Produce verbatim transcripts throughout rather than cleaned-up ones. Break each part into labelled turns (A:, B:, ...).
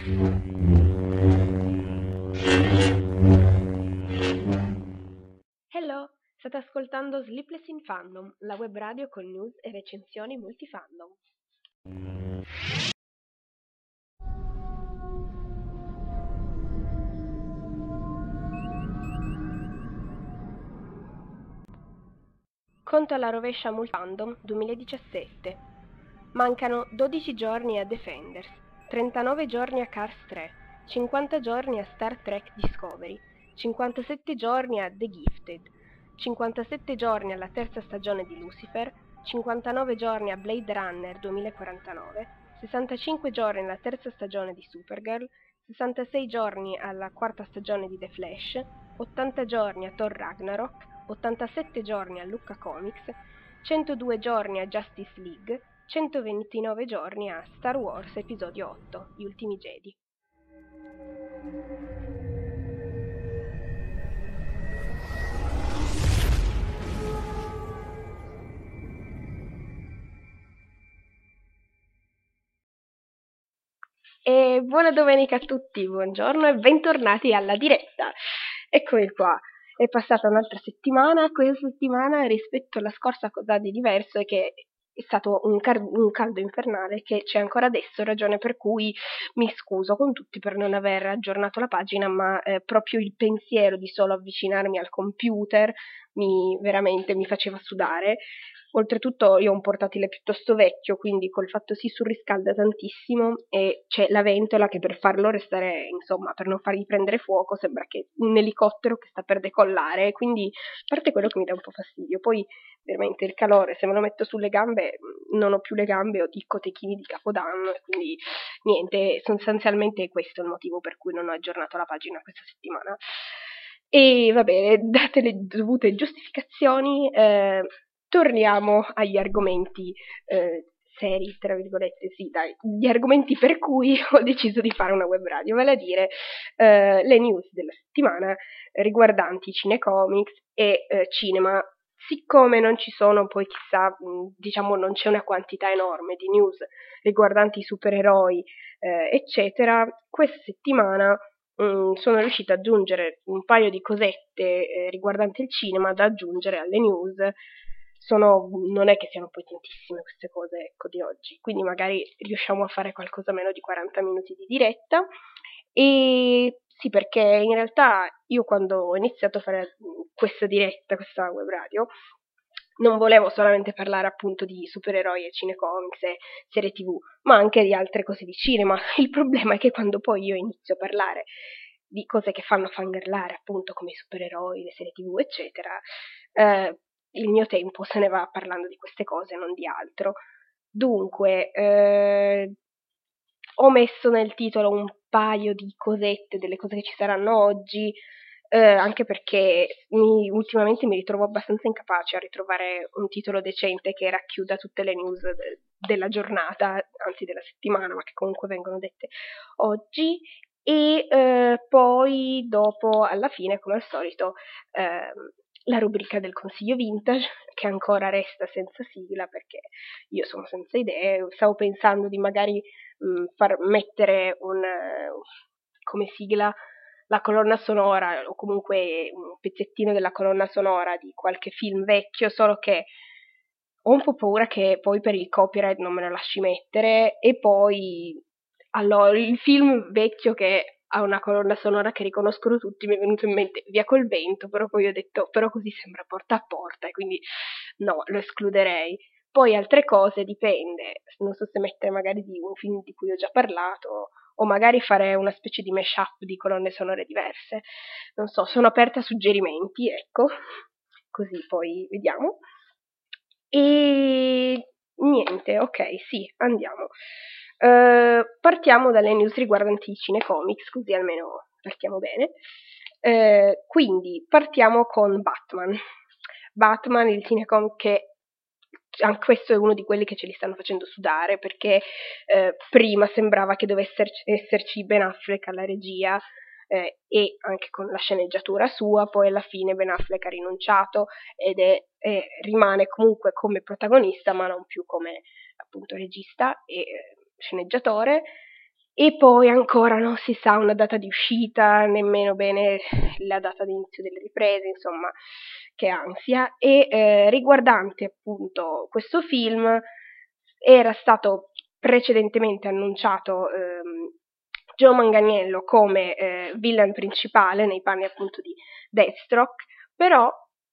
A: Hello, state ascoltando Sleepless in Fandom, la web radio con news e recensioni multifandom. Conto alla rovescia multifandom duemiladiciassette. Mancano dodici giorni a Defenders, trentanove giorni a Cars tre, cinquanta giorni a Star Trek Discovery, cinquantasette giorni a The Gifted, cinquantasette giorni alla terza stagione di Lucifer, cinquantanove giorni a Blade Runner duemilaquarantanove, sessantacinque giorni alla terza stagione di Supergirl, sessantasei giorni alla quarta stagione di The Flash, ottanta giorni a Thor Ragnarok, ottantasette giorni a Lucca Comics, centodue giorni a Justice League, centoventinove giorni a Star Wars Episodio otto, Gli Ultimi Jedi. E buona domenica a tutti, buongiorno e bentornati alla diretta. Eccomi qua, è passata un'altra settimana. Questa settimana rispetto alla scorsa cosa di diverso è che è stato un, car- un caldo infernale che c'è ancora adesso, ragione per cui mi scuso con tutti per non aver aggiornato la pagina, ma eh, proprio il pensiero di solo avvicinarmi al computer mi veramente mi faceva sudare. Oltretutto io ho un portatile piuttosto vecchio, quindi col fatto si surriscalda tantissimo e c'è la ventola che per farlo restare, insomma, per non fargli prendere fuoco sembra che un elicottero che sta per decollare, quindi a parte quello che mi dà un po' fastidio, poi veramente il calore, se me lo metto sulle gambe non ho più le gambe, ho discotechini di Capodanno, e quindi niente, sostanzialmente questo è il motivo per cui non ho aggiornato la pagina questa settimana. E va bene, date le dovute giustificazioni, eh, torniamo agli argomenti eh, seri, tra virgolette, sì, dai, gli argomenti per cui ho deciso di fare una web radio, vale a dire eh, le news della settimana riguardanti cinecomics e eh, cinema. Siccome non ci sono poi chissà, diciamo non c'è una quantità enorme di news riguardanti i supereroi, eh, eccetera, questa settimana mh, sono riuscita ad aggiungere un paio di cosette eh, riguardanti il cinema da aggiungere alle news. Sono, non è che siano poi tantissime queste cose, ecco, di oggi, quindi magari riusciamo a fare qualcosa meno di quaranta minuti di diretta. E sì, perché in realtà io quando ho iniziato a fare questa diretta, questa web radio, non volevo solamente parlare appunto di supereroi e cinecomics e serie tv, ma anche di altre cose di cinema. Il problema è che quando poi io inizio a parlare di cose che fanno fangirlare, appunto come i supereroi, le serie tv, eccetera, eh, il mio tempo se ne va parlando di queste cose, non di altro. Dunque, eh, ho messo nel titolo un paio di cosette, delle cose che ci saranno oggi, eh, anche perché mi, ultimamente mi ritrovo abbastanza incapace a ritrovare un titolo decente che racchiuda tutte le news de- della giornata, anzi della settimana, ma che comunque vengono dette oggi. E eh, poi dopo, alla fine, come al solito, eh, la rubrica del consiglio vintage, che ancora resta senza sigla perché io sono senza idee. Stavo pensando di magari mh, far mettere un, come sigla la colonna sonora o comunque un pezzettino della colonna sonora di qualche film vecchio, solo che ho un po' paura che poi per il copyright non me lo lasci mettere. E poi allora il film vecchio che ha una colonna sonora che riconoscono tutti mi è venuto in mente Via col vento, però poi ho detto però così sembra porta a porta e quindi no, lo escluderei. Poi altre cose dipende, non so se mettere magari di un film di cui ho già parlato o magari fare una specie di mashup di colonne sonore diverse, non so, sono aperta a suggerimenti, ecco, così poi vediamo. E niente, ok, sì, andiamo. Uh, partiamo dalle news riguardanti i cinecomics, così almeno partiamo bene. Uh, quindi partiamo con Batman. Batman, il cinecomic che anche questo è uno di quelli che ce li stanno facendo sudare, perché eh, prima sembrava che dovesse esserci Ben Affleck alla regia eh, e anche con la sceneggiatura sua, poi alla fine Ben Affleck ha rinunciato ed è, è, rimane comunque come protagonista ma non più come appunto regista e eh, sceneggiatore. e poi ancora non si sa una data di uscita, nemmeno bene la data di inizio delle riprese, insomma, che ansia. E eh, riguardante appunto questo film, era stato precedentemente annunciato ehm, Joe Manganiello come eh, villain principale nei panni appunto di Deathstroke, però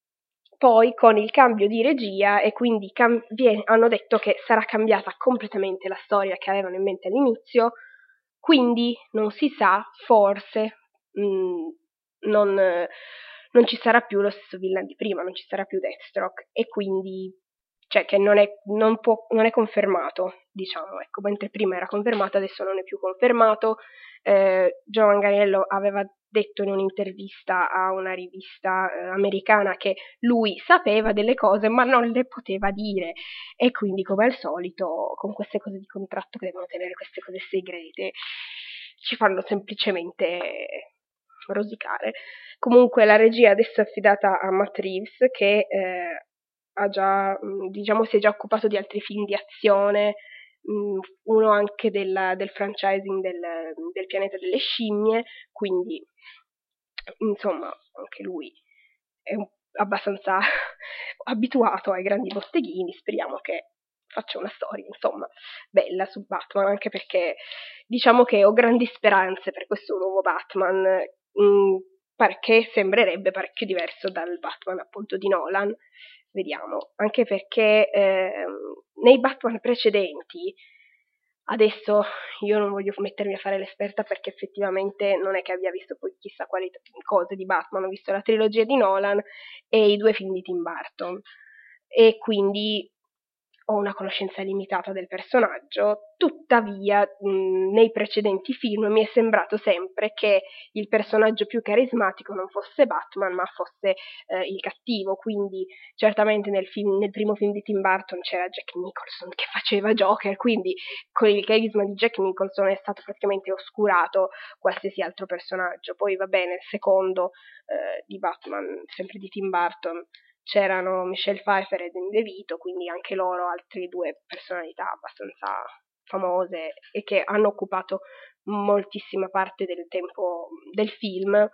A: poi con il cambio di regia e quindi cam- vie- hanno detto che sarà cambiata completamente la storia che avevano in mente all'inizio, quindi non si sa, forse mh, non, eh, non ci sarà più lo stesso villain di prima, non ci sarà più Deathstroke, e quindi cioè che non è, non può, non è confermato, diciamo, ecco, mentre prima era confermato, adesso non è più confermato. Eh, Joe Manganiello aveva detto in un'intervista a una rivista eh, americana che lui sapeva delle cose ma non le poteva dire, e quindi come al solito con queste cose di contratto che devono tenere queste cose segrete ci fanno semplicemente rosicare. Comunque la regia adesso è affidata a Matt Reeves, che eh, ha già, diciamo, si è già occupato di altri film di azione, mh, uno anche del, del franchising del, del Pianeta delle Scimmie, quindi insomma anche lui è un, abbastanza abituato ai grandi botteghini. Speriamo che faccia una storia insomma bella su Batman, anche perché diciamo che ho grandi speranze per questo nuovo Batman, mh, perché sembrerebbe parecchio diverso dal Batman appunto di Nolan. Vediamo, anche perché eh, nei Batman precedenti, adesso io non voglio mettermi a fare l'esperta perché effettivamente non è che abbia visto poi chissà quali cose di Batman, ho visto la trilogia di Nolan e i due film di Tim Burton, e quindi ho una conoscenza limitata del personaggio. Tuttavia mh, nei precedenti film mi è sembrato sempre che il personaggio più carismatico non fosse Batman ma fosse eh, il cattivo, quindi certamente nel, film, nel primo film di Tim Burton c'era Jack Nicholson che faceva Joker, quindi con il carisma di Jack Nicholson è stato praticamente oscurato qualsiasi altro personaggio. Poi va bene, il secondo eh, di Batman, sempre di Tim Burton, c'erano Michelle Pfeiffer e Danny DeVito, quindi anche loro altre due personalità abbastanza famose e che hanno occupato moltissima parte del tempo del film.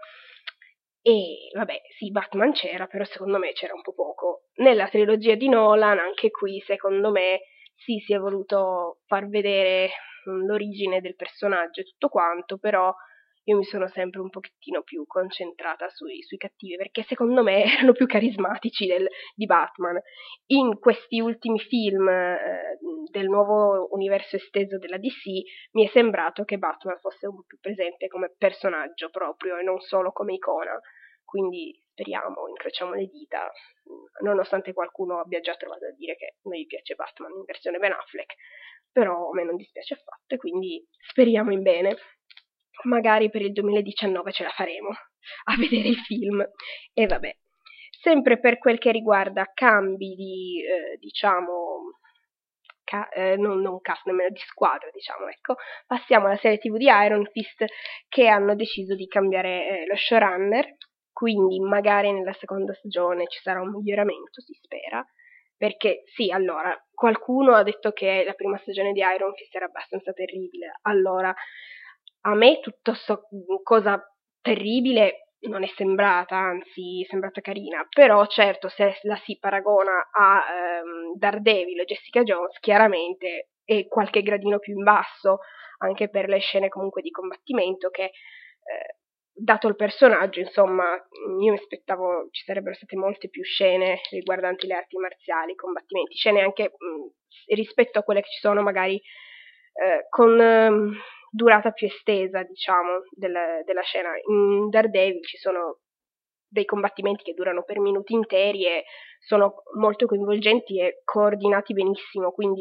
A: E vabbè, sì, Batman c'era, però secondo me c'era un po' poco. Nella trilogia di Nolan, anche qui, secondo me, sì, si è voluto far vedere l'origine del personaggio e tutto quanto, però io mi sono sempre un pochettino più concentrata sui, sui cattivi, perché secondo me erano più carismatici del, di Batman. In questi ultimi film eh, del nuovo universo esteso della D C mi è sembrato che Batman fosse un po' più presente come personaggio proprio e non solo come icona. Quindi speriamo, incrociamo le dita, nonostante qualcuno abbia già trovato a dire che non gli piace Batman in versione Ben Affleck, però a me non dispiace affatto e quindi speriamo in bene. Magari per il duemiladiciannove ce la faremo a vedere i film. E vabbè, sempre per quel che riguarda cambi di, eh, diciamo, ca- eh, non, non cast, nemmeno di squadra, diciamo, ecco, passiamo alla serie tivù di Iron Fist, che hanno deciso di cambiare eh, lo showrunner, quindi magari nella seconda stagione ci sarà un miglioramento, si spera, perché sì, allora, qualcuno ha detto che la prima stagione di Iron Fist era abbastanza terribile, allora, a me tutta questa cosa terribile non è sembrata, anzi è sembrata carina, però certo se la si paragona a ehm, Daredevil o Jessica Jones chiaramente è qualche gradino più in basso, anche per le scene comunque di combattimento che eh, dato il personaggio, insomma, io mi aspettavo ci sarebbero state molte più scene riguardanti le arti marziali, combattimenti, scene anche mh, rispetto a quelle che ci sono magari eh, con eh, durata più estesa, diciamo, del, della scena. In Daredevil ci sono dei combattimenti che durano per minuti interi e sono molto coinvolgenti e coordinati benissimo, quindi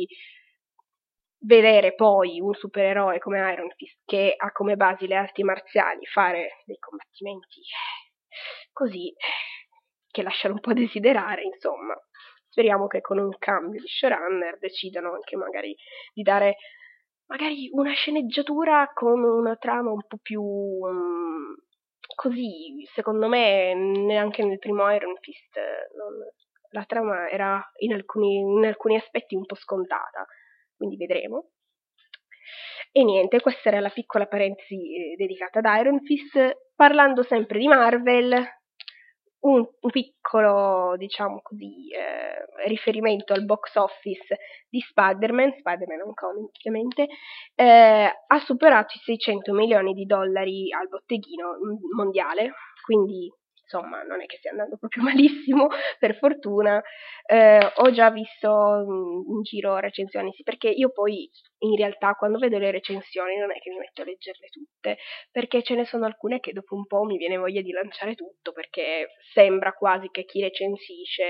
A: vedere poi un supereroe come Iron Fist che ha come basi le arti marziali fare dei combattimenti così che lasciano un po' a desiderare, insomma. Speriamo che con un cambio di showrunner decidano anche magari di dare magari una sceneggiatura con una trama un po' più um, così, secondo me neanche nel primo Iron Fist non, la trama era in alcuni, in alcuni aspetti un po' scontata, quindi vedremo. E niente, questa era la piccola parentesi eh, dedicata ad Iron Fist. Parlando sempre di Marvel, un, un piccolo, diciamo così, eh, riferimento al box office di Spider-Man, Spider-Man Homecoming ovviamente, eh, ha superato i seicento milioni di dollari al botteghino mondiale, quindi insomma non è che stia andando proprio malissimo, per fortuna. Eh, ho già visto in giro recensioni, sì, perché io poi in realtà quando vedo le recensioni non è che mi metto a leggerle tutte, perché ce ne sono alcune che dopo un po' mi viene voglia di lanciare tutto, perché sembra quasi che chi recensisce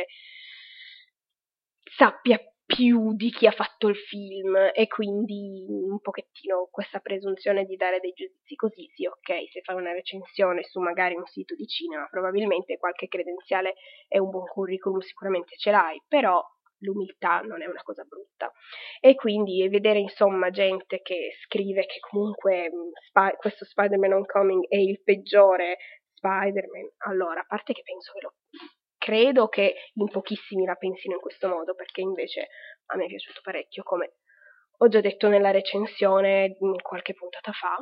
A: sappia più di chi ha fatto il film, e quindi un pochettino questa presunzione di dare dei giudizi così, sì, ok, se fai una recensione su magari un sito di cinema probabilmente qualche credenziale e un buon curriculum sicuramente ce l'hai, però l'umiltà non è una cosa brutta. E quindi vedere insomma gente che scrive che comunque Sp- questo Spider-Man Homecoming è il peggiore Spider-Man, allora, a parte che penso che lo credo che in pochissimi la pensino in questo modo, perché invece a me è piaciuto parecchio, come ho già detto nella recensione qualche puntata fa.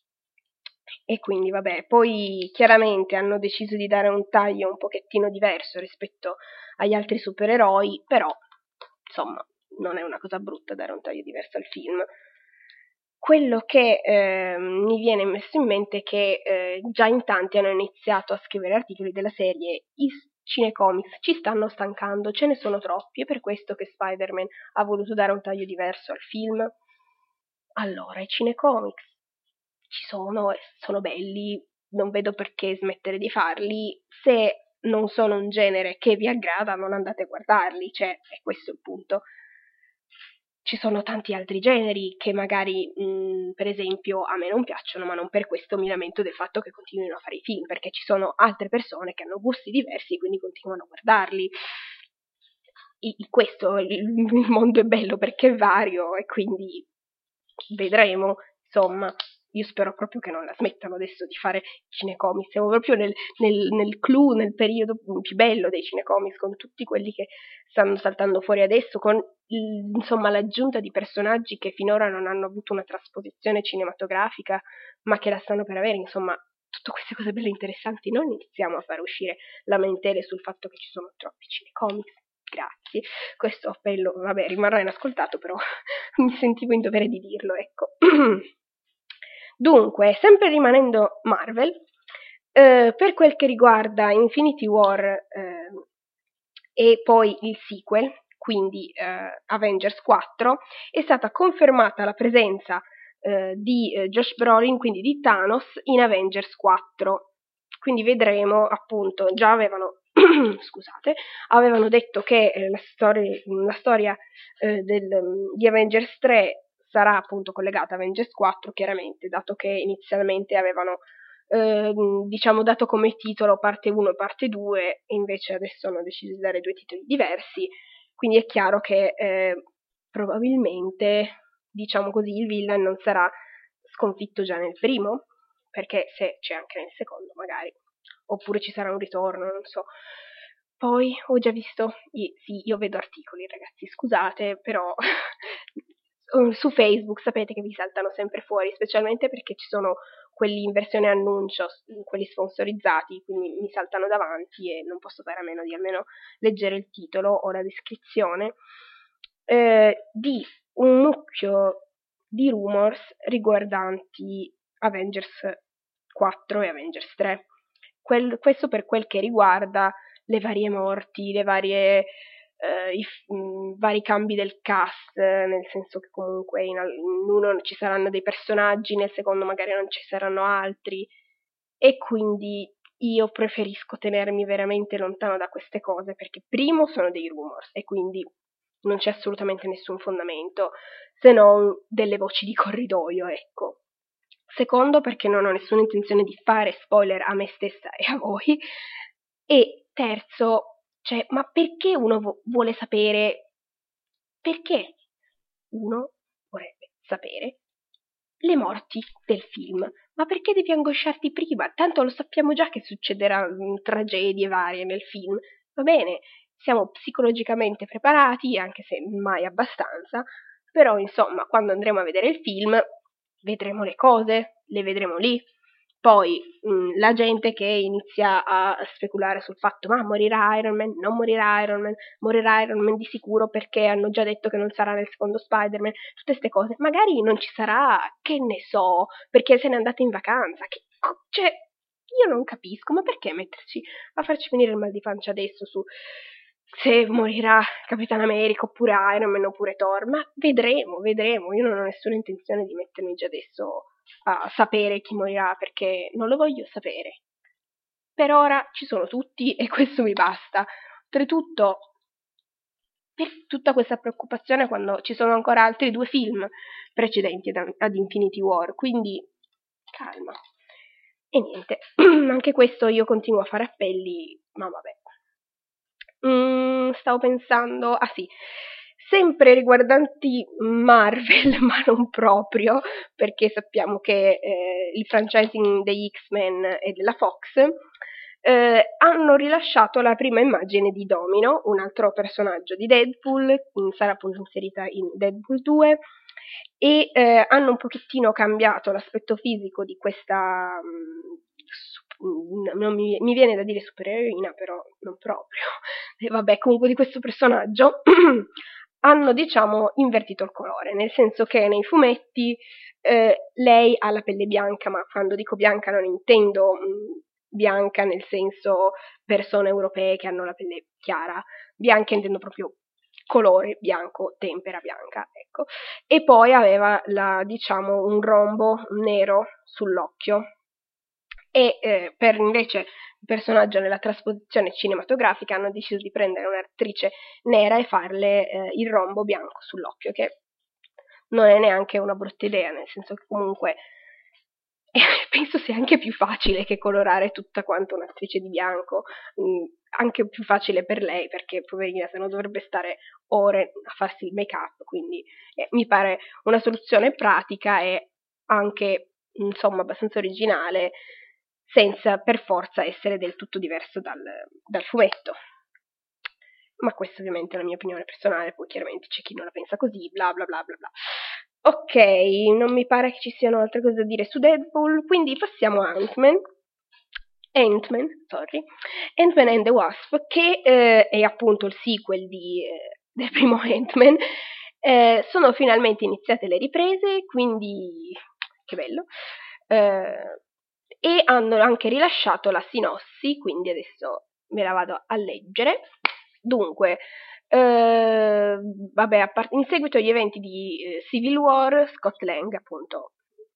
A: E quindi vabbè, poi chiaramente hanno deciso di dare un taglio un pochettino diverso rispetto agli altri supereroi, però insomma non è una cosa brutta dare un taglio diverso al film. Quello che eh, mi viene messo in mente è che eh, già in tanti hanno iniziato a scrivere articoli della serie i cinecomics ci stanno stancando, ce ne sono troppi, è per questo che Spider-Man ha voluto dare un taglio diverso al film. Allora, i cinecomics ci sono e sono belli, non vedo perché smettere di farli. Se non sono un genere che vi aggrada, non andate a guardarli, cioè, è questo il punto. Ci sono tanti altri generi che magari, mh, per esempio, a me non piacciono, ma non per questo mi lamento del fatto che continuino a fare i film, perché ci sono altre persone che hanno gusti diversi e quindi continuano a guardarli. I, questo, il, il mondo è bello perché è vario e quindi vedremo, insomma. Io spero proprio che non la smettano adesso di fare cinecomics, siamo proprio nel, nel, nel clou, nel periodo più bello dei cinecomics, con tutti quelli che stanno saltando fuori adesso, con il, insomma l'aggiunta di personaggi che finora non hanno avuto una trasposizione cinematografica, ma che la stanno per avere, insomma, tutte queste cose belle e interessanti. Non iniziamo a far uscire lamentele sul fatto che ci sono troppi cinecomics. Grazie, questo appello, vabbè, rimarrà inascoltato, però mi sentivo in dovere di dirlo, ecco. Dunque, sempre rimanendo Marvel, eh, per quel che riguarda Infinity War eh, e poi il sequel, quindi eh, Avengers quattro, è stata confermata la presenza eh, di eh, Josh Brolin, quindi di Thanos, in Avengers quattro. Quindi vedremo, appunto, già avevano scusate, avevano detto che eh, la storia, la storia eh, del, di Avengers tre sarà appunto collegata a Avengers quattro, chiaramente, dato che inizialmente avevano eh, diciamo dato come titolo parte uno e parte due, e invece adesso hanno deciso di dare due titoli diversi, quindi è chiaro che eh, probabilmente, diciamo così, il villain non sarà sconfitto già nel primo, perché se c'è anche nel secondo magari, oppure ci sarà un ritorno, non so. Poi ho già visto, sì, io vedo articoli, ragazzi, scusate, però su Facebook sapete che vi saltano sempre fuori, specialmente perché ci sono quelli in versione annuncio, quelli sponsorizzati, quindi mi saltano davanti e non posso fare a meno di almeno leggere il titolo o la descrizione, eh, di un mucchio di rumors riguardanti Avengers quattro e Avengers tre. Quel, questo per quel che riguarda le varie morti, le varie, eh, i mh, vari cambi del cast, nel senso che comunque in, in uno ci saranno dei personaggi, nel secondo magari non ci saranno altri, e quindi io preferisco tenermi veramente lontano da queste cose, perché primo sono dei rumors e quindi non c'è assolutamente nessun fondamento, se non delle voci di corridoio, ecco. Secondo, perché non ho nessuna intenzione di fare spoiler a me stessa e a voi. E terzo, cioè, ma perché uno vo- vuole sapere, perché uno vorrebbe sapere le morti del film? Ma perché devi angosciarti prima? Tanto lo sappiamo già che succederanno tragedie varie nel film. Va bene, siamo psicologicamente preparati, anche se mai abbastanza, però insomma, quando andremo a vedere il film vedremo le cose, le vedremo lì. Poi mh, la gente che inizia a speculare sul fatto ma morirà Iron Man, non morirà Iron Man, morirà Iron Man di sicuro perché hanno già detto che non sarà nel secondo Spider-Man, tutte queste cose, magari non ci sarà, che ne so, perché se n'è andato in vacanza, che, cioè, io non capisco, ma perché metterci a farci venire il mal di pancia adesso su se morirà Capitan America oppure Iron Man oppure Thor, ma vedremo, vedremo, io non ho nessuna intenzione di mettermi già adesso a sapere chi morirà perché non lo voglio sapere. Per ora ci sono tutti e questo mi basta. Oltretutto, per tutta questa preoccupazione quando ci sono ancora altri due film precedenti ad, ad Infinity War, quindi calma. E niente, anche questo io continuo a fare appelli, ma vabbè. Mm, stavo pensando, ah sì, sempre riguardanti Marvel, ma non proprio, perché sappiamo che eh, il franchising degli X-Men e della Fox eh, hanno rilasciato la prima immagine di Domino, un altro personaggio di Deadpool, sarà appunto inserita in Deadpool due, e eh, hanno un pochettino cambiato l'aspetto fisico di questa... Mh, non mi, mi viene da dire supereroina, però non proprio. E vabbè, comunque di questo personaggio hanno, diciamo, invertito il colore, nel senso che nei fumetti eh, lei ha la pelle bianca, ma quando dico bianca non intendo mh, bianca nel senso persone europee che hanno la pelle chiara, bianca intendo proprio colore bianco, tempera bianca, ecco. E poi aveva la, diciamo, un rombo nero sull'occhio. E eh, per invece il personaggio nella trasposizione cinematografica hanno deciso di prendere un'attrice nera e farle eh, il rombo bianco sull'occhio, che non è neanche una brutta idea, nel senso che comunque eh, penso sia anche più facile che colorare tutta quanto un'attrice di bianco, mh, anche più facile per lei, perché poverina se no dovrebbe stare ore a farsi il make-up, quindi eh, mi pare una soluzione pratica e anche insomma abbastanza originale, senza per forza essere del tutto diverso dal, dal fumetto. Ma questa ovviamente è la mia opinione personale, poi chiaramente c'è chi non la pensa così, bla bla bla bla bla. Ok, non mi pare che ci siano altre cose da dire su Deadpool, quindi passiamo a Ant-Man. Ant-Man, sorry, Ant-Man and the Wasp, che eh, è appunto il sequel di, eh, del primo Ant-Man. Eh, sono finalmente iniziate le riprese, quindi che bello. Eh, e hanno anche rilasciato la sinossi, quindi adesso me la vado a leggere. Dunque, eh, vabbè, a part- in seguito agli eventi di eh, Civil War, Scott Lang, appunto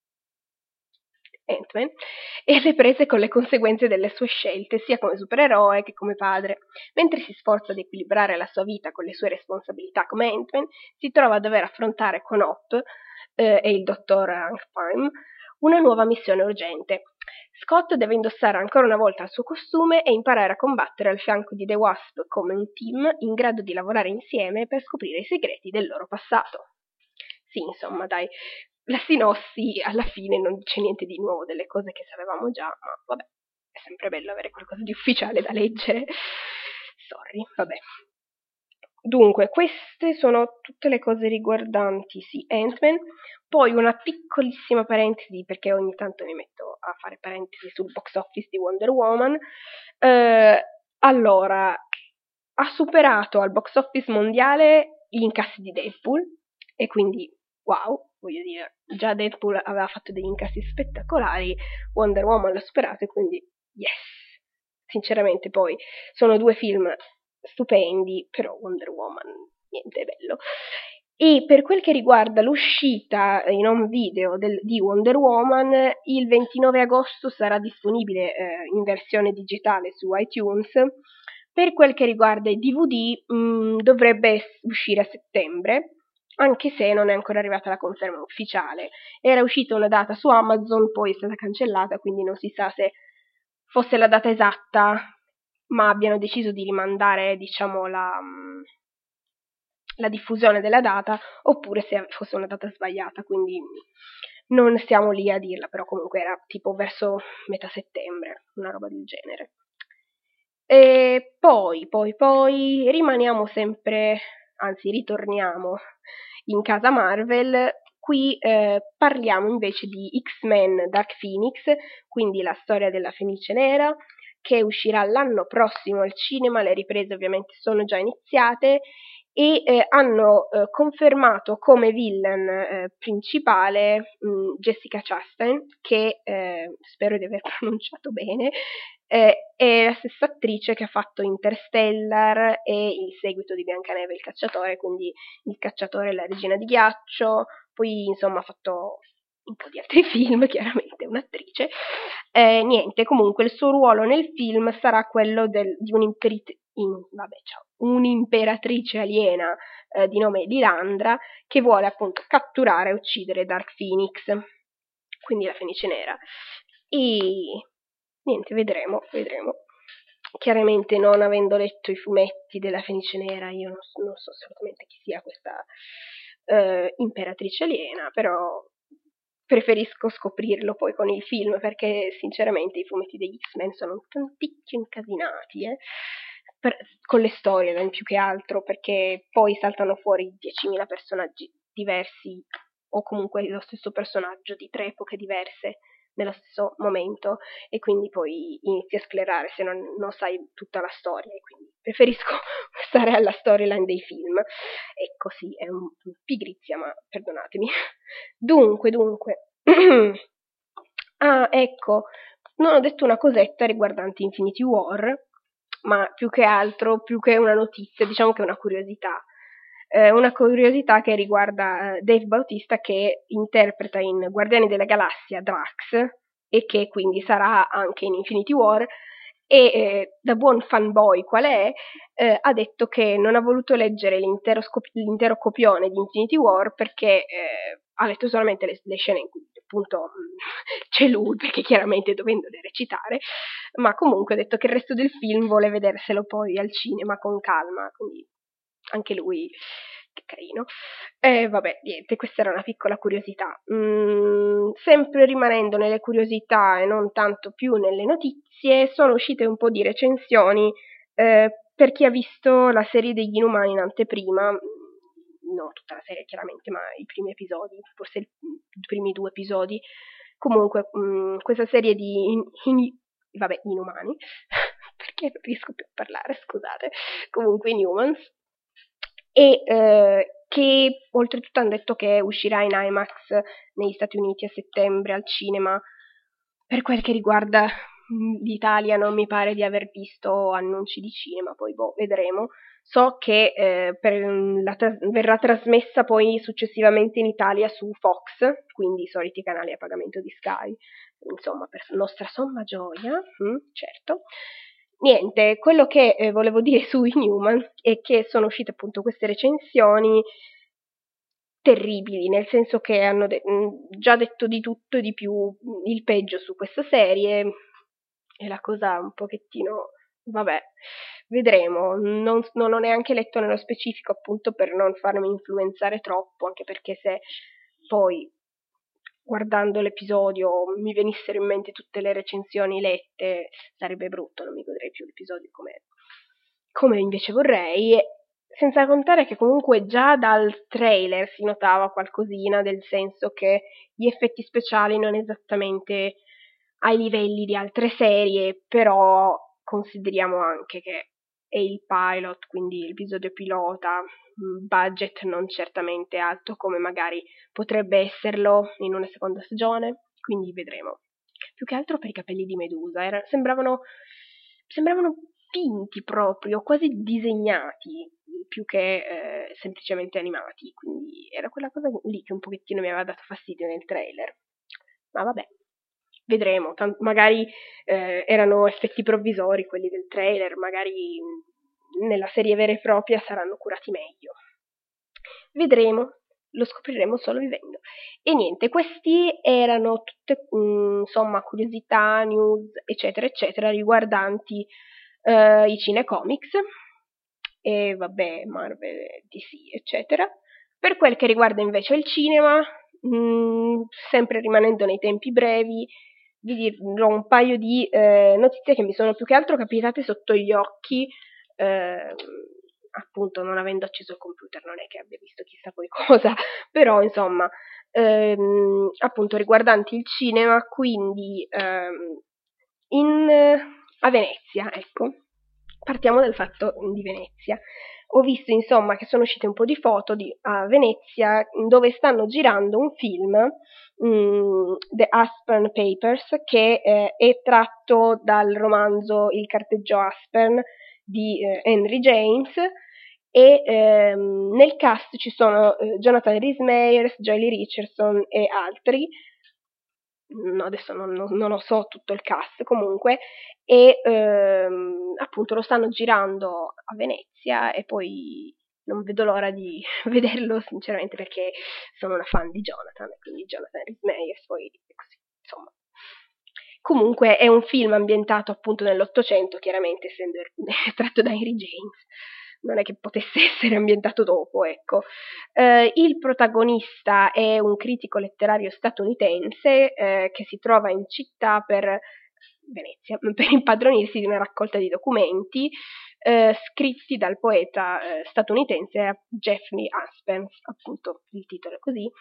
A: Ant-Man, e le prese con le conseguenze delle sue scelte, sia come supereroe che come padre. Mentre si sforza di equilibrare la sua vita con le sue responsabilità come Ant-Man, si trova a dover affrontare con Hop eh, e il dottor Hank Pym una nuova missione urgente. Scott deve indossare ancora una volta il suo costume e imparare a combattere al fianco di The Wasp come un team in grado di lavorare insieme per scoprire i segreti del loro passato. Sì, insomma, dai, la sinossi alla fine non dice niente di nuovo delle cose che sapevamo già, ma vabbè, è sempre bello avere qualcosa di ufficiale da leggere. Sorry, vabbè. Dunque, queste sono tutte le cose riguardanti, sì, Ant-Man. Poi una piccolissima parentesi, perché ogni tanto mi metto a fare parentesi sul box office di Wonder Woman. Eh, allora, ha superato al box office mondiale gli incassi di Deadpool, e quindi, wow, voglio dire, già Deadpool aveva fatto degli incassi spettacolari, Wonder Woman l'ha superato, e quindi, yes! Sinceramente, poi, sono due film stupendi, però Wonder Woman niente è bello. E per quel che riguarda l'uscita in home video del, di Wonder Woman, il ventinove agosto sarà disponibile eh, in versione digitale su iTunes. Per quel che riguarda i D V D mh, dovrebbe uscire a settembre, anche se non è ancora arrivata la conferma ufficiale. Era uscita una data su Amazon, poi è stata cancellata, quindi non si sa se fosse la data esatta, ma abbiano deciso di rimandare, diciamo, la, la diffusione della data, oppure se fosse una data sbagliata, quindi non stiamo lì a dirla, però comunque era tipo verso metà settembre, una roba del genere. E poi, poi, poi rimaniamo sempre, anzi ritorniamo in casa Marvel, qui eh, parliamo invece di X-Men Dark Phoenix, quindi la storia della Fenice Nera, che uscirà l'anno prossimo al cinema. Le riprese ovviamente sono già iniziate e eh, hanno eh, confermato come villain eh, principale mh, Jessica Chastain, che eh, spero di aver pronunciato bene, eh, è la stessa attrice che ha fatto Interstellar e il seguito di Biancaneve il cacciatore, quindi Il cacciatore e la regina di ghiaccio. Poi insomma ha fatto un po' di altri film, chiaramente è un'attrice. Eh, niente, comunque il suo ruolo nel film sarà quello del, di un'imperit- in, vabbè, ciao, un'imperatrice aliena eh, di nome Lilandra, che vuole appunto catturare e uccidere Dark Phoenix, quindi la Fenice Nera. E niente, vedremo, vedremo. Chiaramente, non avendo letto i fumetti della Fenice Nera, io non, non so assolutamente chi sia questa eh, imperatrice aliena, però preferisco scoprirlo poi con il film, perché sinceramente i fumetti degli X-Men sono tanticchio incasinati, eh? Per, con le storie, non più che altro, perché poi saltano fuori diecimila personaggi diversi, o comunque lo stesso personaggio di tre epoche diverse nello stesso momento, e quindi poi inizi a sclerare se non, non sai tutta la storia, e quindi preferisco stare alla storyline dei film. Ecco, sì, è un, un pigrizia, ma perdonatemi. Dunque, dunque. Ah, ecco, non ho detto una cosetta riguardante Infinity War, ma più che altro, più che una notizia, diciamo che è una curiosità. Eh, una curiosità che riguarda Dave Bautista, che interpreta in Guardiani della Galassia Drax e che quindi sarà anche in Infinity War, e eh, da buon fanboy qual è, eh, ha detto che non ha voluto leggere l'intero, scop- l'intero copione di Infinity War perché eh, ha letto solamente le, le scene in cui appunto c'è lui, perché chiaramente dovendole recitare, ma comunque ha detto che il resto del film vuole vederselo poi al cinema con calma, quindi anche lui, che carino. E vabbè, niente, questa era una piccola curiosità. Mm, sempre rimanendo nelle curiosità e non tanto più nelle notizie, sono uscite un po' di recensioni eh, per chi ha visto la serie degli Inumani in anteprima. No, tutta la serie chiaramente, ma i primi episodi, forse il, i primi due episodi. Comunque, mh, questa serie di in, in, vabbè, Inumani, perché non riesco più a parlare, scusate, comunque Inhumans, e eh, che oltretutto hanno detto che uscirà in IMAX negli Stati Uniti a settembre al cinema. Per quel che riguarda l'Italia non mi pare di aver visto annunci di cinema, poi boh, vedremo. So che eh, per la tra- verrà trasmessa poi successivamente in Italia su Fox, quindi i soliti canali a pagamento di Sky, insomma, per nostra somma gioia, mm, certo. Niente, quello che eh, volevo dire su Inhuman è che sono uscite appunto queste recensioni terribili, nel senso che hanno de- già detto di tutto e di più, il peggio su questa serie, e la cosa un pochettino, vabbè, vedremo. Non, non ho neanche letto nello specifico, appunto per non farmi influenzare troppo, anche perché se poi guardando l'episodio mi venissero in mente tutte le recensioni lette sarebbe brutto, non mi godrei più l'episodio come, come invece vorrei. E senza contare che comunque già dal trailer si notava qualcosina, del senso che gli effetti speciali non esattamente ai livelli di altre serie, però consideriamo anche che è il pilot, quindi l'episodio pilota, budget non certamente alto come magari potrebbe esserlo in una seconda stagione, quindi vedremo. Più che altro per i capelli di Medusa, era, sembravano, sembravano finti proprio, quasi disegnati, più che eh, semplicemente animati, quindi era quella cosa lì che un pochettino mi aveva dato fastidio nel trailer. Ma vabbè, vedremo, Tant- magari eh, erano effetti provvisori quelli del trailer, magari nella serie vera e propria saranno curati meglio. Vedremo, lo scopriremo solo vivendo. E niente, questi erano tutte mh, insomma curiosità, news, eccetera, eccetera, riguardanti uh, i cinecomics e vabbè, Marvel, D C, eccetera. Per quel che riguarda invece il cinema, mh, sempre rimanendo nei tempi brevi, vi dirò un paio di eh, notizie che mi sono più che altro capitate sotto gli occhi, eh, appunto non avendo acceso il computer, non è che abbia visto chissà poi cosa, però insomma ehm, appunto riguardanti il cinema, quindi ehm, in, a Venezia, ecco, partiamo dal fatto di Venezia. Ho visto insomma che sono uscite un po' di foto di, a Venezia dove stanno girando un film, mh, The Aspern Papers, che eh, è tratto dal romanzo Il carteggio Aspern di eh, Henry James, e ehm, nel cast ci sono eh, Jonathan Rhys-Meyers, Joely Richardson e altri. No, adesso non, non, non lo so tutto il cast comunque, e ehm, appunto lo stanno girando a Venezia e poi non vedo l'ora di vederlo sinceramente, perché sono una fan di Jonathan, quindi Jonathan Rhys-Meyers, poi così, insomma. Comunque è un film ambientato appunto nell'Ottocento, chiaramente essendo tratto da Henry James, non è che potesse essere ambientato dopo, ecco. Eh, il protagonista è un critico letterario statunitense eh, che si trova in città per Venezia, per impadronirsi di una raccolta di documenti eh, scritti dal poeta eh, statunitense Jeffrey Aspern, appunto il titolo è così.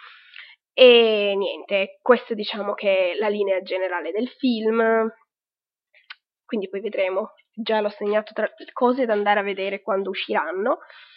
A: E niente, questa diciamo che è la linea generale del film, quindi poi vedremo. Già l'ho segnato tra cose da andare a vedere quando usciranno.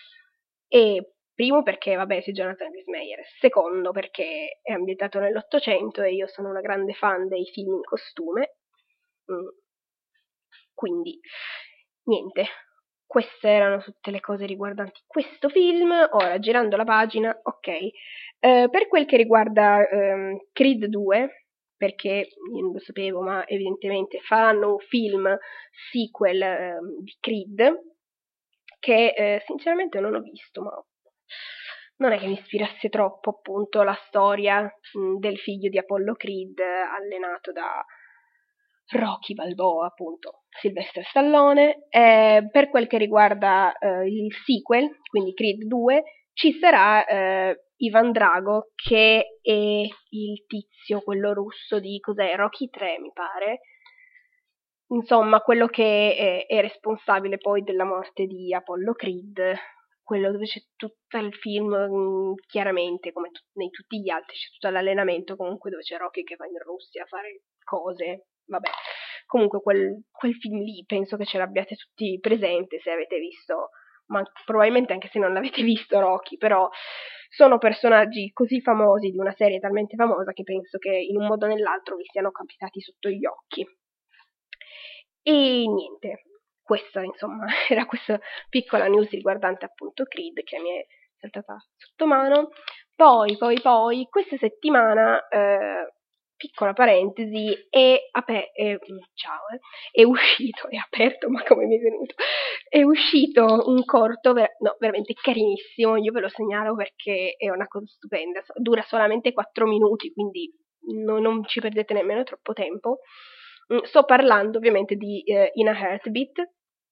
A: E primo perché, vabbè, c'è Jonathan Rhys-Meyers, secondo perché è ambientato nell'Ottocento e io sono una grande fan dei film in costume. Mm. Quindi, niente, queste erano tutte le cose riguardanti questo film. Ora, girando la pagina, ok. Eh, per quel che riguarda ehm, Creed due, perché io non lo sapevo, ma evidentemente faranno un film sequel eh, di Creed, che eh, sinceramente non ho visto, ma non è che mi ispirasse troppo appunto la storia mh, del figlio di Apollo Creed, allenato da Rocky Balboa, appunto, Sylvester Stallone. Eh, per quel che riguarda eh, il sequel, quindi Creed due, ci sarà eh, Ivan Drago, che è il tizio, quello russo di, cos'è, Rocky tre mi pare, insomma quello che è, è responsabile poi della morte di Apollo Creed, quello dove c'è tutto il film, mh, chiaramente come t- nei tutti gli altri c'è tutto l'allenamento comunque, dove c'è Rocky che va in Russia a fare cose, vabbè, comunque quel, quel film lì penso che ce l'abbiate tutti presente se avete visto, ma probabilmente anche se non l'avete visto Rocky, però sono personaggi così famosi di una serie talmente famosa che penso che in un modo o nell'altro vi siano capitati sotto gli occhi. E niente, questa insomma era questa piccola news riguardante appunto Creed che mi è saltata sotto mano. Poi, poi, poi, questa settimana, eh, piccola parentesi, è, aper- è, ciao, eh, è uscito, è aperto, ma come mi è venuto, è uscito un corto, ver- no, veramente carinissimo, io ve lo segnalo perché è una cosa stupenda, dura solamente quattro minuti, quindi no, non ci perdete nemmeno troppo tempo. Sto parlando ovviamente di eh, In a Heartbeat,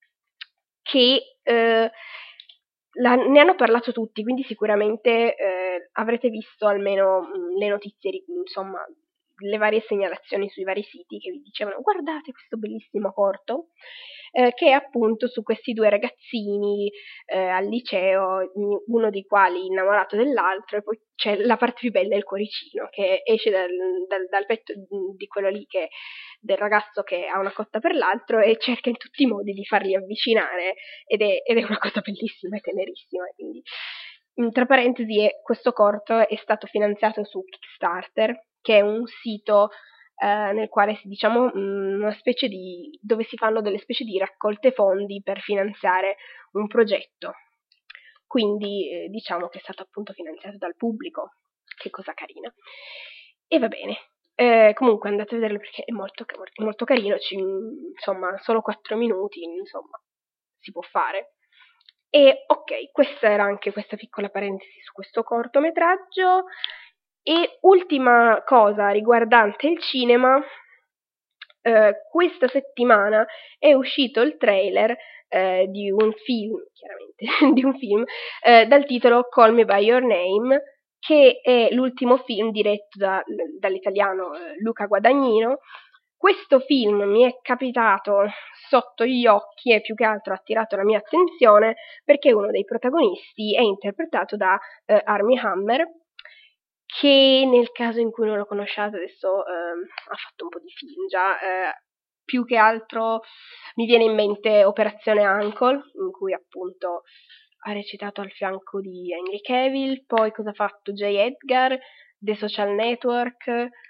A: che eh, la, ne hanno parlato tutti, quindi sicuramente eh, avrete visto almeno mh, le notizie, insomma, le varie segnalazioni sui vari siti che vi dicevano guardate questo bellissimo corto, eh, che è appunto su questi due ragazzini eh, al liceo, uno dei quali innamorato dell'altro, e poi c'è la parte più bella, il cuoricino, che esce dal, dal, dal petto di quello lì, che del ragazzo che ha una cotta per l'altro e cerca in tutti i modi di farli avvicinare, ed è, ed è una cosa bellissima e tenerissima. Quindi, tra parentesi, è, questo corto è stato finanziato su Kickstarter, che è un sito eh, nel quale si, diciamo, una specie di, dove si fanno delle specie di raccolte fondi per finanziare un progetto. Quindi eh, diciamo che è stato appunto finanziato dal pubblico, che cosa carina. E va bene. Eh, comunque andate a vederlo perché è molto, è molto carino, ci, insomma, solo quattro minuti, insomma, si può fare. E ok, questa era anche questa piccola parentesi su questo cortometraggio. E ultima cosa riguardante il cinema, eh, questa settimana è uscito il trailer eh, di un film, chiaramente, di un film eh, dal titolo Call Me By Your Name, che è l'ultimo film diretto da, dall'italiano eh, Luca Guadagnino. Questo film mi è capitato sotto gli occhi e più che altro ha attirato la mia attenzione perché uno dei protagonisti è interpretato da eh, Armie Hammer, che nel caso in cui non lo conosciate adesso eh, ha fatto un po' di film già, eh, più che altro mi viene in mente Operazione Uncle, in cui appunto ha recitato al fianco di Henry Cavill, poi cosa ha fatto J. Edgar, The Social Network,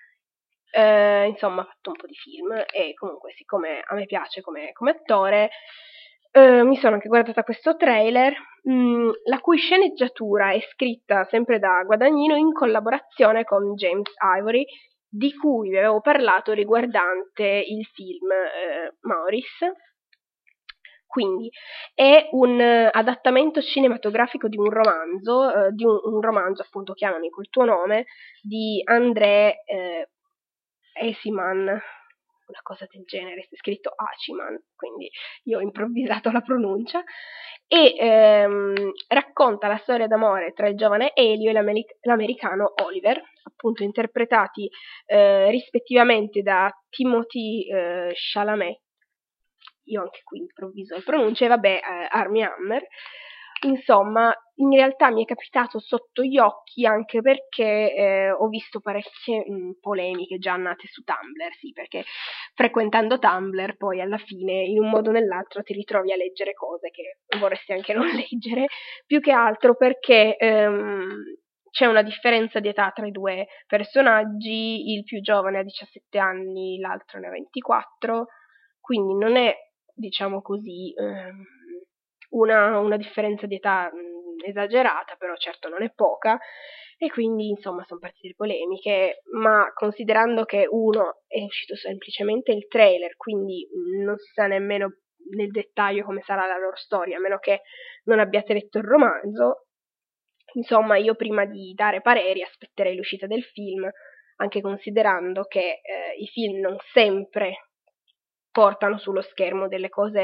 A: eh, insomma ha fatto un po' di film e comunque siccome a me piace come, come attore, eh, mi sono anche guardata questo trailer, mh, la cui sceneggiatura è scritta sempre da Guadagnino in collaborazione con James Ivory, di cui vi avevo parlato riguardante il film eh, Maurice. Quindi è un uh, adattamento cinematografico di un romanzo, uh, di un, un romanzo appunto Chiamami col tuo nome, di André eh, Esiman, una cosa del genere, è scritto Aciman, quindi io ho improvvisato la pronuncia, e ehm, racconta la storia d'amore tra il giovane Elio e l'americ- l'americano Oliver, appunto interpretati eh, rispettivamente da Timothy eh, Chalamet, io anche qui improvviso le pronunce, vabbè, eh, Armie Hammer. Insomma, in realtà mi è capitato sotto gli occhi anche perché eh, ho visto parecchie mh, polemiche già nate su Tumblr, sì, perché frequentando Tumblr poi alla fine in un modo o nell'altro ti ritrovi a leggere cose che vorresti anche non leggere, più che altro perché ehm, c'è una differenza di età tra i due personaggi, il più giovane ha diciassette anni, l'altro ne ha ventiquattro, quindi non è, diciamo così, ehm, una, una differenza di età mh, esagerata, però certo non è poca, e quindi insomma sono partite le polemiche, ma considerando che uno è uscito semplicemente il trailer, quindi mh, non si sa nemmeno nel dettaglio come sarà la loro storia, a meno che non abbiate letto il romanzo, insomma io prima di dare pareri aspetterei l'uscita del film, anche considerando che eh, i film non sempre portano sullo schermo delle cose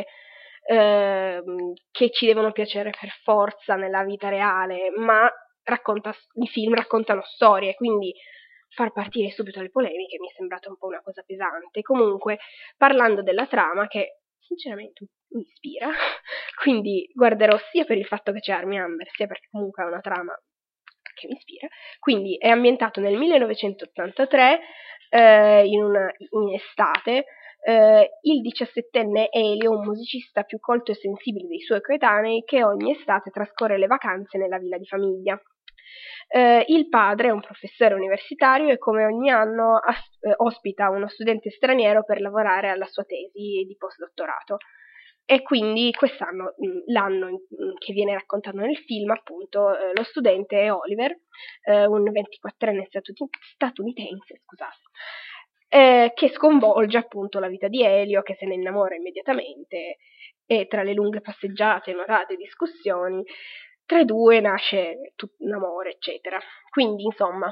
A: eh, che ci devono piacere per forza nella vita reale, ma racconta, i film raccontano storie, quindi far partire subito le polemiche mi è sembrata un po' una cosa pesante. Comunque, parlando della trama, che sinceramente mi ispira, quindi guarderò sia per il fatto che c'è Armie Hammer, sia perché comunque è una trama che mi ispira, quindi è ambientato nel millenovecentottantatré, eh, in, una, in estate. Uh, il diciassettenne Elio, un musicista più colto e sensibile dei suoi coetanei, che ogni estate trascorre le vacanze nella villa di famiglia. Uh, il padre è un professore universitario e come ogni anno as- eh, ospita uno studente straniero per lavorare alla sua tesi di postdottorato. E quindi quest'anno, mh, l'anno in, che viene raccontato nel film, appunto, eh, lo studente è Oliver, eh, un ventiquattrenne statunitense, scusate, Eh, che sconvolge appunto la vita di Elio, che se ne innamora immediatamente, e tra le lunghe passeggiate, nuotate e discussioni tra i due nasce tutto un amore, eccetera. Quindi insomma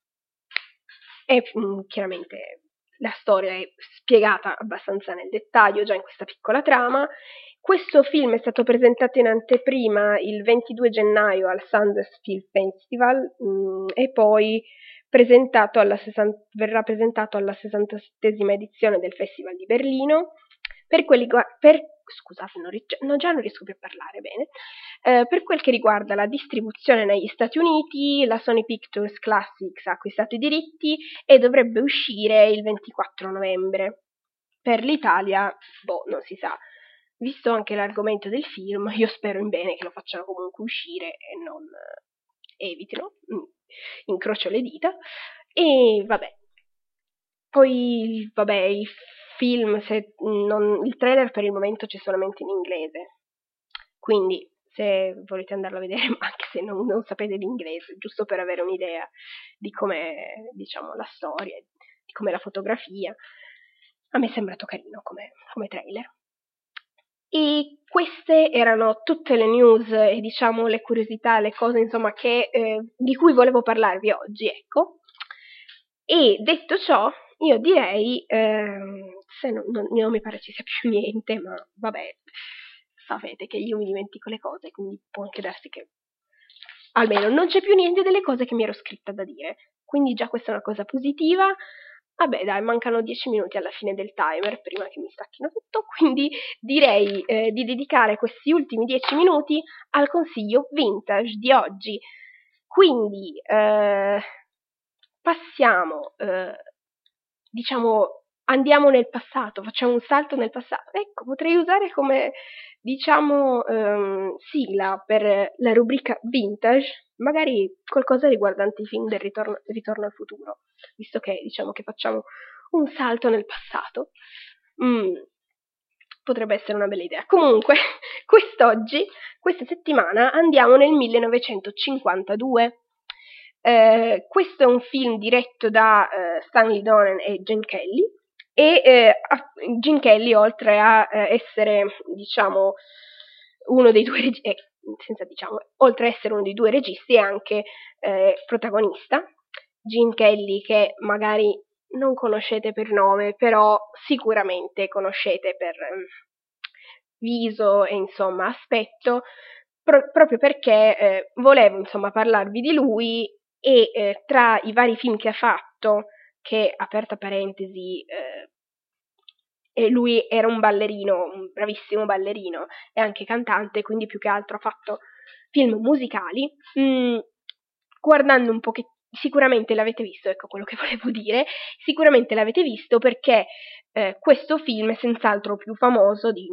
A: è mh, chiaramente la storia è spiegata abbastanza nel dettaglio già in questa piccola trama. Questo film è stato presentato in anteprima il ventidue gennaio al Sundance Film Festival mh, e poi presentato alla sessanta, verrà presentato alla sessantasettesima edizione del Festival di Berlino. Per, quelli, per, scusate, non, no, già non riesco più a parlare bene. Eh, per quel che riguarda la distribuzione negli Stati Uniti, la Sony Pictures Classics ha acquistato i diritti e dovrebbe uscire il ventiquattro novembre. Per l'Italia, boh, non si sa. Visto anche l'argomento del film, io spero in bene che lo facciano comunque uscire e non eh, evitino. Incrocio le dita. E vabbè. Poi, vabbè, il film, se non, il trailer per il momento c'è solamente in inglese. Quindi, se volete andarlo a vedere, anche se non, non sapete l'inglese, giusto per avere un'idea di com'è, diciamo, la storia, di com'è la fotografia, a me è sembrato carino come, come trailer. E queste erano tutte le news e diciamo le curiosità, le cose insomma che, eh, di cui volevo parlarvi oggi, ecco. E detto ciò, io direi, ehm, se non, non, non mi pare ci sia più niente, ma vabbè, sapete che io mi dimentico le cose, quindi può anche darsi che almeno non c'è più niente delle cose che mi ero scritta da dire, quindi già questa è una cosa positiva. Vabbè dai, mancano dieci minuti alla fine del timer, prima che mi stacchino tutto, quindi direi eh, di dedicare questi ultimi dieci minuti al consiglio vintage di oggi. Quindi, eh, passiamo, eh, diciamo, andiamo nel passato, facciamo un salto nel passato. Ecco, potrei usare come, diciamo, ehm, sigla per la rubrica vintage, magari qualcosa riguardante i film del ritorno, ritorno al futuro, visto che diciamo che facciamo un salto nel passato. Mm, potrebbe essere una bella idea. Comunque, quest'oggi, questa settimana, andiamo nel millenovecentocinquantadue. Eh, questo è un film diretto da eh, Stanley Donen e Gene Kelly, e eh, Gene Kelly, oltre a eh, essere, diciamo, uno dei due registi, eh, senza diciamo, oltre a essere uno dei due registi, è anche eh, protagonista. Gene Kelly, che magari non conoscete per nome, però sicuramente conoscete per eh, viso e insomma aspetto, pro- proprio perché eh, volevo insomma parlarvi di lui e eh, tra i vari film che ha fatto, che aperta parentesi, eh, e lui era un ballerino, un bravissimo ballerino e anche cantante, quindi più che altro ha fatto film musicali. Mm, guardando un pochettino, sicuramente l'avete visto, ecco quello che volevo dire, sicuramente l'avete visto perché eh, questo film è senz'altro più famoso di,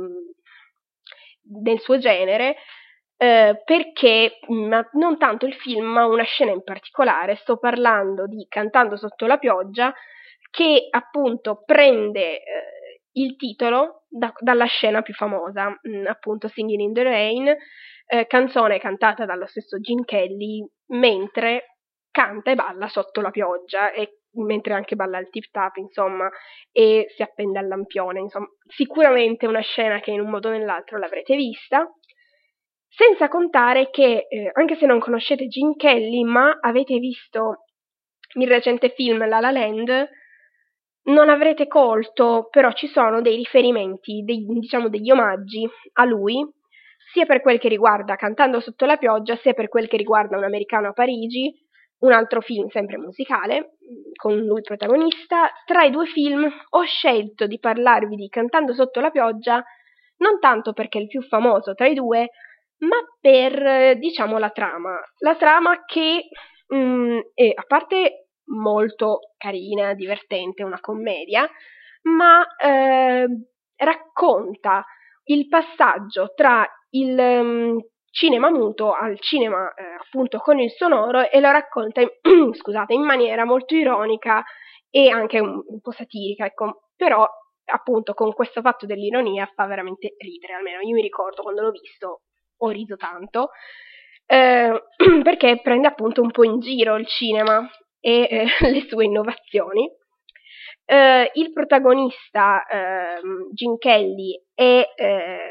A: del suo genere, eh, perché ma non tanto il film ma una scena in particolare. Sto parlando di Cantando sotto la pioggia, che appunto prende eh, il titolo da, dalla scena più famosa, mh, appunto Singing in the Rain, eh, canzone cantata dallo stesso Gene Kelly mentre canta e balla sotto la pioggia, e mentre anche balla il tip tap, insomma, e si appende al lampione, insomma, sicuramente una scena che in un modo o nell'altro l'avrete vista. Senza contare che, eh, anche se non conoscete Gene Kelly, ma avete visto il recente film La La Land, non avrete colto, però ci sono dei riferimenti, dei, diciamo degli omaggi a lui, sia per quel che riguarda Cantando sotto la pioggia, sia per quel che riguarda Un americano a Parigi, un altro film sempre musicale, con lui protagonista. Tra i due film ho scelto di parlarvi di Cantando sotto la pioggia, non tanto perché è il più famoso tra i due, ma per, diciamo, la trama. La trama che, mh, è, a parte molto carina, divertente, una commedia, ma eh, racconta il passaggio tra il um, cinema muto al cinema eh, appunto con il sonoro, e lo racconta in, scusate, in maniera molto ironica e anche un, un po' satirica, ecco, però appunto con questo fatto dell'ironia fa veramente ridere. Almeno io mi ricordo quando l'ho visto ho riso tanto, eh, perché prende appunto un po' in giro il cinema e eh, le sue innovazioni. Eh, il protagonista, eh, Gene Kelly, è eh,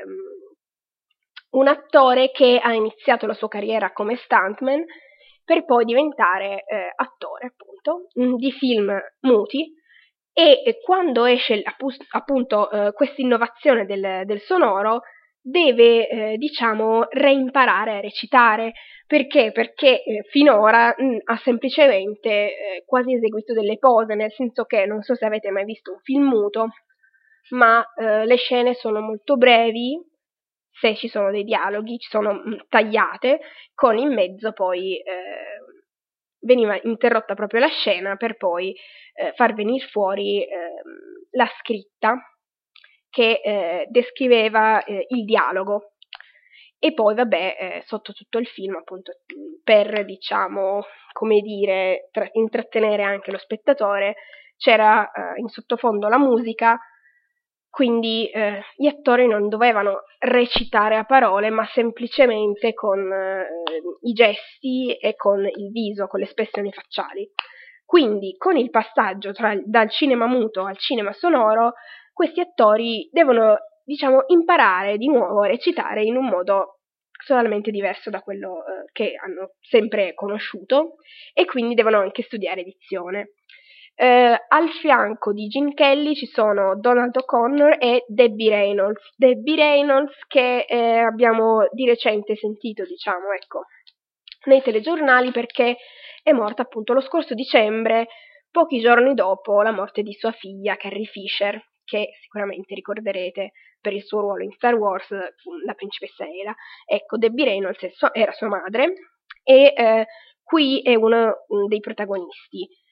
A: un attore che ha iniziato la sua carriera come stuntman per poi diventare eh, attore, appunto, di film muti, e quando esce appunto eh, questa innovazione del, del sonoro deve, eh, diciamo, reimparare a recitare. Perché? Perché eh, finora mh, ha semplicemente eh, quasi eseguito delle pose, nel senso che, non so se avete mai visto un film muto, ma eh, le scene sono molto brevi, se ci sono dei dialoghi, ci sono mh, tagliate, con in mezzo poi eh, veniva interrotta proprio la scena per poi eh, far venire fuori eh, la scritta che eh, descriveva eh, il dialogo. E poi, vabbè, eh, sotto tutto il film, appunto, per, diciamo, come dire, tra- intrattenere anche lo spettatore, c'era eh, in sottofondo la musica, quindi eh, gli attori non dovevano recitare a parole, ma semplicemente con eh, i gesti e con il viso, con le espressioni facciali. Quindi, con il passaggio tra, dal cinema muto al cinema sonoro, questi attori devono, diciamo, imparare di nuovo a recitare in un modo totalmente diverso da quello eh, che hanno sempre conosciuto, e quindi devono anche studiare dizione. Eh, al fianco di Gene Kelly ci sono Donald O'Connor e Debbie Reynolds. Debbie Reynolds che eh, abbiamo di recente sentito, diciamo, ecco, nei telegiornali, perché è morta appunto lo scorso dicembre, pochi giorni dopo la morte di sua figlia Carrie Fisher, che sicuramente ricorderete per il suo ruolo in Star Wars, la principessa Era. Ecco, Debbie Reynolds era sua madre, e eh, qui è uno dei protagonisti.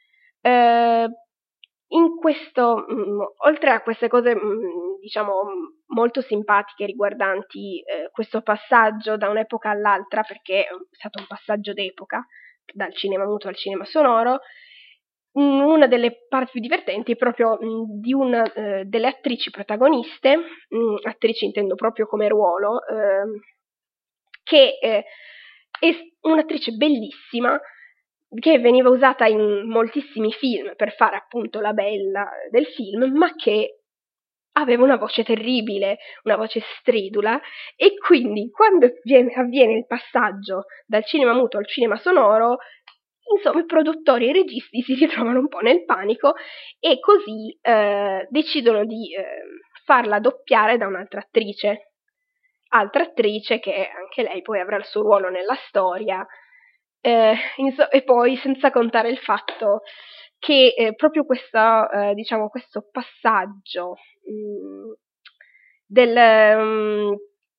A: Eh, in questo, mh, oltre a queste cose, mh, diciamo, molto simpatiche riguardanti eh, questo passaggio da un'epoca all'altra, perché è stato un passaggio d'epoca, dal cinema muto al cinema sonoro, mh, una delle parti più divertenti è proprio mh, di una eh, delle attrici protagoniste, mh, attrici intendo proprio come ruolo, eh, che eh, è un'attrice bellissima, che veniva usata in moltissimi film per fare appunto la bella del film, ma che aveva una voce terribile, una voce stridula, e quindi quando viene, avviene il passaggio dal cinema muto al cinema sonoro, insomma i produttori e i registi si ritrovano un po' nel panico e così eh, decidono di eh, farla doppiare da un'altra attrice, altra attrice che anche lei poi avrà il suo ruolo nella storia. Eh, inso- e poi senza contare il fatto che eh, proprio questo, eh, diciamo, questo passaggio mh, del mh,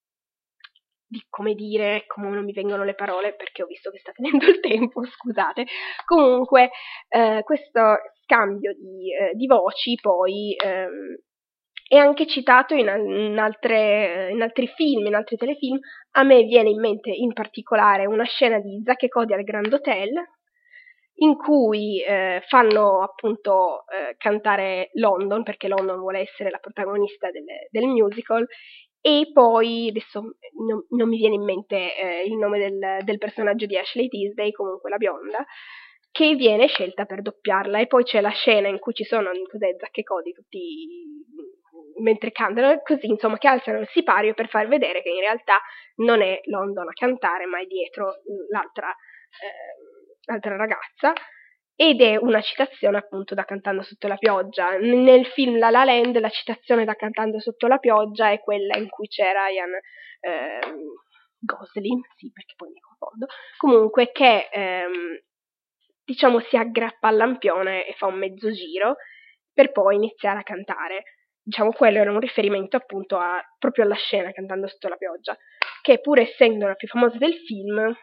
A: di come dire, come non mi vengono le parole perché ho visto che sta tenendo il tempo, scusate. Comunque, eh, questo scambio di, eh, di voci poi ehm, è anche citato in, in, altre, in altri film, in altri telefilm. A me viene in mente in particolare una scena di Zack e Cody al Grand Hotel, in cui eh, fanno appunto eh, cantare London, perché London vuole essere la protagonista del, del musical, e poi adesso non, non mi viene in mente eh, il nome del, del personaggio di Ashley Tisdale, comunque la bionda, che viene scelta per doppiarla, e poi c'è la scena in cui ci sono, cos'è, Zack e Cody tutti mentre cantano, così insomma, che alzano il sipario per far vedere che in realtà non è London a cantare, ma è dietro l'altra, eh, l'altra ragazza, ed è una citazione appunto da Cantando sotto la pioggia. Nel film La La Land la citazione da Cantando sotto la pioggia è quella in cui c'è Ryan ehm, Gosling, sì, perché poi mi confondo, comunque che ehm, diciamo si aggrappa al lampione e fa un mezzo giro per poi iniziare a cantare. Diciamo quello era un riferimento appunto a, proprio alla scena Cantando sotto la pioggia, che pur essendo la più famosa del film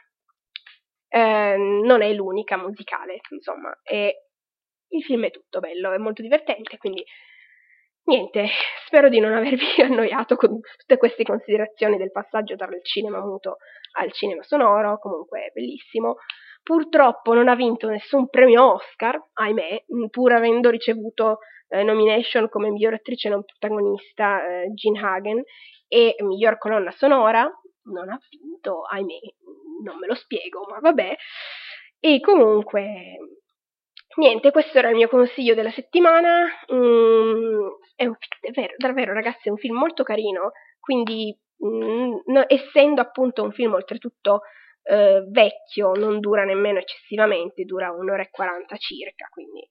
A: eh, non è l'unica musicale, insomma, e il film è tutto bello, è molto divertente, quindi niente, spero di non avervi annoiato con tutte queste considerazioni del passaggio dal cinema muto al cinema sonoro. Comunque è bellissimo. Purtroppo non ha vinto nessun premio Oscar, ahimè, pur avendo ricevuto eh, nomination come miglior attrice non protagonista eh, Jean Hagen e miglior colonna sonora. Non ha vinto, ahimè, non me lo spiego, ma vabbè. E comunque, niente, questo era il mio consiglio della settimana. Mm, è un film, davvero, davvero, ragazzi, è un film molto carino, quindi mm, no, essendo appunto un film oltretutto eh, vecchio, non dura nemmeno eccessivamente, dura un'ora e quaranta circa, quindi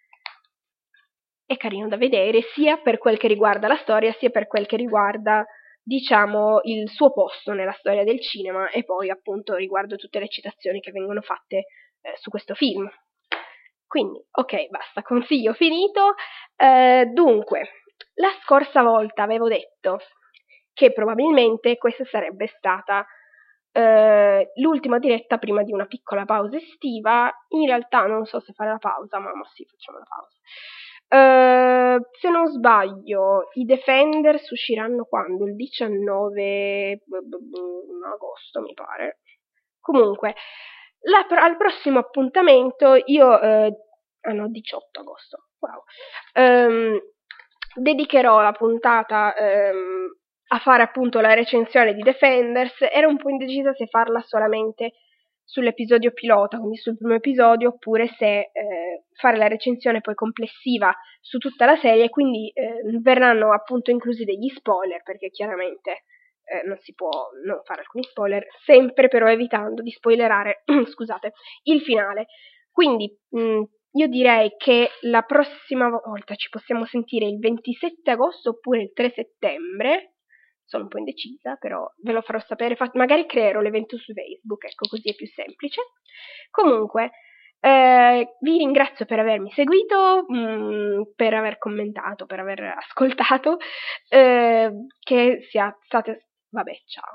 A: è carino da vedere sia per quel che riguarda la storia, sia per quel che riguarda, diciamo, il suo posto nella storia del cinema, e poi appunto riguardo tutte le citazioni che vengono fatte eh, su questo film. Quindi, ok, basta, consiglio finito. Eh, dunque, la scorsa volta avevo detto che probabilmente questa sarebbe stata eh, l'ultima diretta prima di una piccola pausa estiva. In realtà non so se fare la pausa, ma, ma sì, facciamo la pausa. Uh, se non sbaglio, i Defenders usciranno quando? Il diciannove agosto, mi pare. Comunque, la, al prossimo appuntamento io, eh, ah no, diciotto agosto, wow, um, dedicherò la puntata um, a fare appunto la recensione di Defenders. Ero un po' indecisa se farla solamente sull'episodio pilota, quindi sul primo episodio, oppure se eh, fare la recensione poi complessiva su tutta la serie, quindi eh, verranno appunto inclusi degli spoiler, perché chiaramente eh, non si può non fare alcuni spoiler, sempre però evitando di spoilerare, scusate, il finale. Quindi mh, io direi che la prossima volta ci possiamo sentire il ventisette agosto oppure il tre settembre. Sono un po' indecisa, però ve lo farò sapere, magari creerò l'evento su Facebook, ecco, così è più semplice. Comunque, eh, vi ringrazio per avermi seguito, mh, per aver commentato, per aver ascoltato, eh, che sia state, vabbè, ciao.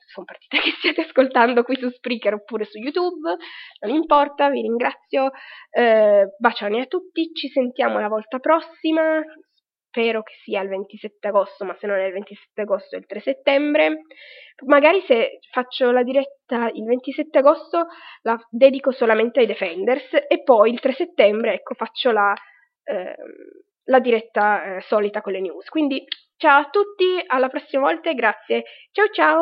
A: sono partita che stiate ascoltando qui su Spreaker oppure su YouTube, non importa, vi ringrazio, eh, bacioni a tutti, ci sentiamo la volta prossima, spero che sia il ventisette agosto, ma se non è il ventisette agosto è il tre settembre, magari se faccio la diretta il ventisette agosto la dedico solamente ai Defenders e poi il tre settembre, ecco, faccio la, eh, la diretta eh, solita con le news, quindi ciao a tutti, alla prossima volta e grazie, ciao ciao!